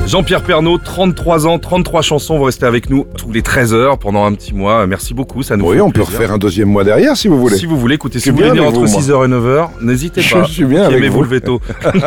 Jean-Pierre Pernaut, 33 ans, 33 chansons, vous restez avec nous tous les 13h pendant un petit mois. Merci beaucoup, ça nous fait Oui, on peut plaisir. refaire un deuxième mois derrière si vous voulez. Si vous voulez, écoutez, si Je vous suis voulez bien venir avec entre vous, 6h et 9h, n'hésitez Je pas. suis bien avec Aimez-vous vous. le veto.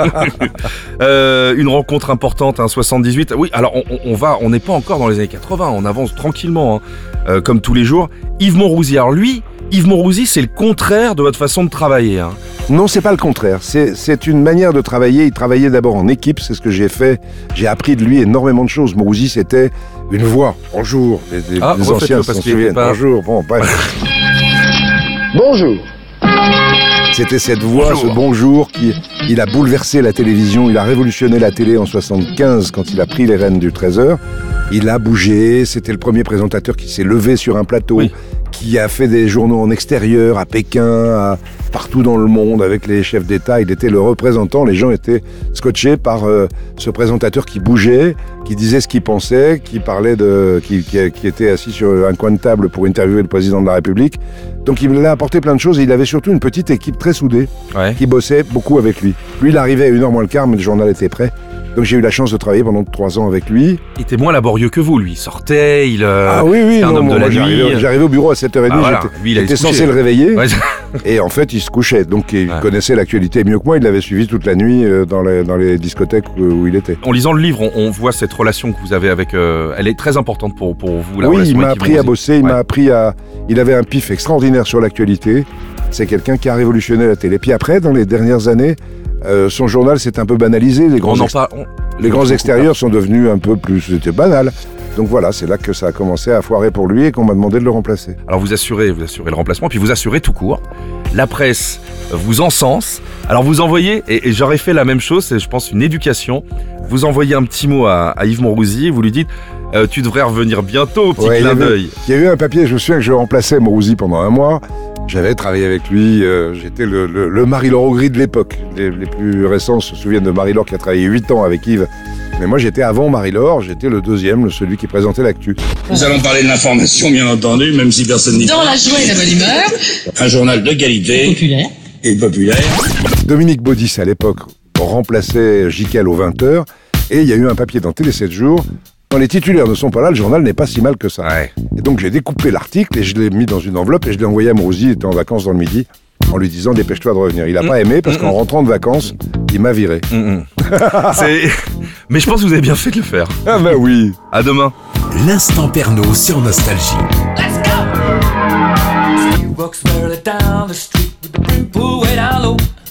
Une rencontre importante, 78. Oui, alors on n'est pas encore dans les années 80, on avance tranquillement, comme tous les jours. Yves Monrouzi, alors lui, Yves Monrouzi, c'est le contraire de votre façon de travailler. Non, c'est pas le contraire. C'est une manière de travailler. Il travaillait d'abord en équipe, c'est ce que j'ai fait. J'ai appris de lui énormément de choses. Monrouzi, c'était une voix. Bonjour. Les anciens s'en souviennent. Bonjour. Bon, bref. Bonjour. C'était cette voix, ce bonjour, il a bouleversé la télévision, il a révolutionné la télé en 75 quand il a pris les rênes du 13h. Il a bougé, c'était le premier présentateur qui s'est levé sur un plateau, oui, qui a fait des journaux en extérieur, à Pékin, partout dans le monde avec les chefs d'État. Il était le représentant, les gens étaient scotchés par ce présentateur qui bougeait, qui disait ce qu'il pensait, qui était assis sur un coin de table pour interviewer le président de la République. Donc il a apporté plein de choses et il avait surtout une petite équipe très soudée qui bossait beaucoup avec lui. Lui, il arrivait à 1h moins le quart, mais le journal était prêt. Donc j'ai eu la chance de travailler pendant 3 ans avec lui. Il était moins laborieux que vous, lui. Il sortait, il oui, un homme de la nuit. J'arrivais au bureau à 7h30, voilà. j'étais censé le réveiller. Ouais. Et en fait, il se couchait. Donc il connaissait l'actualité mieux que moi. Il l'avait suivi toute la nuit dans les discothèques où il était. En lisant le livre, on voit cette relation que vous avez avec... elle est très importante pour vous. La oui, relation il m'a appris à bosser. Il avait un pif extraordinaire sur l'actualité. C'est quelqu'un qui a révolutionné la télé. Puis après, dans les dernières années, son journal s'est un peu banalisé. Les grands extérieurs sont devenus un peu plus... C'était banal. Donc voilà, c'est là que ça a commencé à foirer pour lui et qu'on m'a demandé de le remplacer. Alors vous assurez le remplacement, puis vous assurez tout court. La presse vous encense. Alors vous envoyez, et j'aurais fait la même chose, c'est je pense une éducation. Vous envoyez un petit mot à Yves Monrouzi, vous lui dites tu devrais revenir bientôt, petit clin d'œil. Il y a eu un papier, je me souviens que je remplaçais Monrouzi pendant un mois. J'avais travaillé avec lui, j'étais le Marie-Laure Augry de l'époque. Les plus récents se souviennent de Marie-Laure qui a travaillé 8 ans avec Yves. Mais moi j'étais avant Marie-Laure, j'étais le deuxième, celui qui présentait l'actu. Nous allons parler de l'information, bien entendu, même si personne n'y croit. Dans la joie et la bonne humeur. Un journal de qualité. Populaire. Dominique Baudis, à l'époque, remplaçait Jiquel aux 20h. Et il y a eu un papier dans Télé 7 jours. Quand les titulaires ne sont pas là, le journal n'est pas si mal que ça. Ouais. Et donc j'ai découpé l'article et je l'ai mis dans une enveloppe et je l'ai envoyé à Monrouzi, il était en vacances dans le midi, en lui disant dépêche-toi de revenir. Il n'a pas aimé parce qu'en rentrant de vacances, il m'a viré. Mais je pense que vous avez bien fait de le faire. Ah bah oui. À demain. L'instant Pernaut sur Nostalgie. Let's go! You walk slowly down the street with the brim pulled way down low.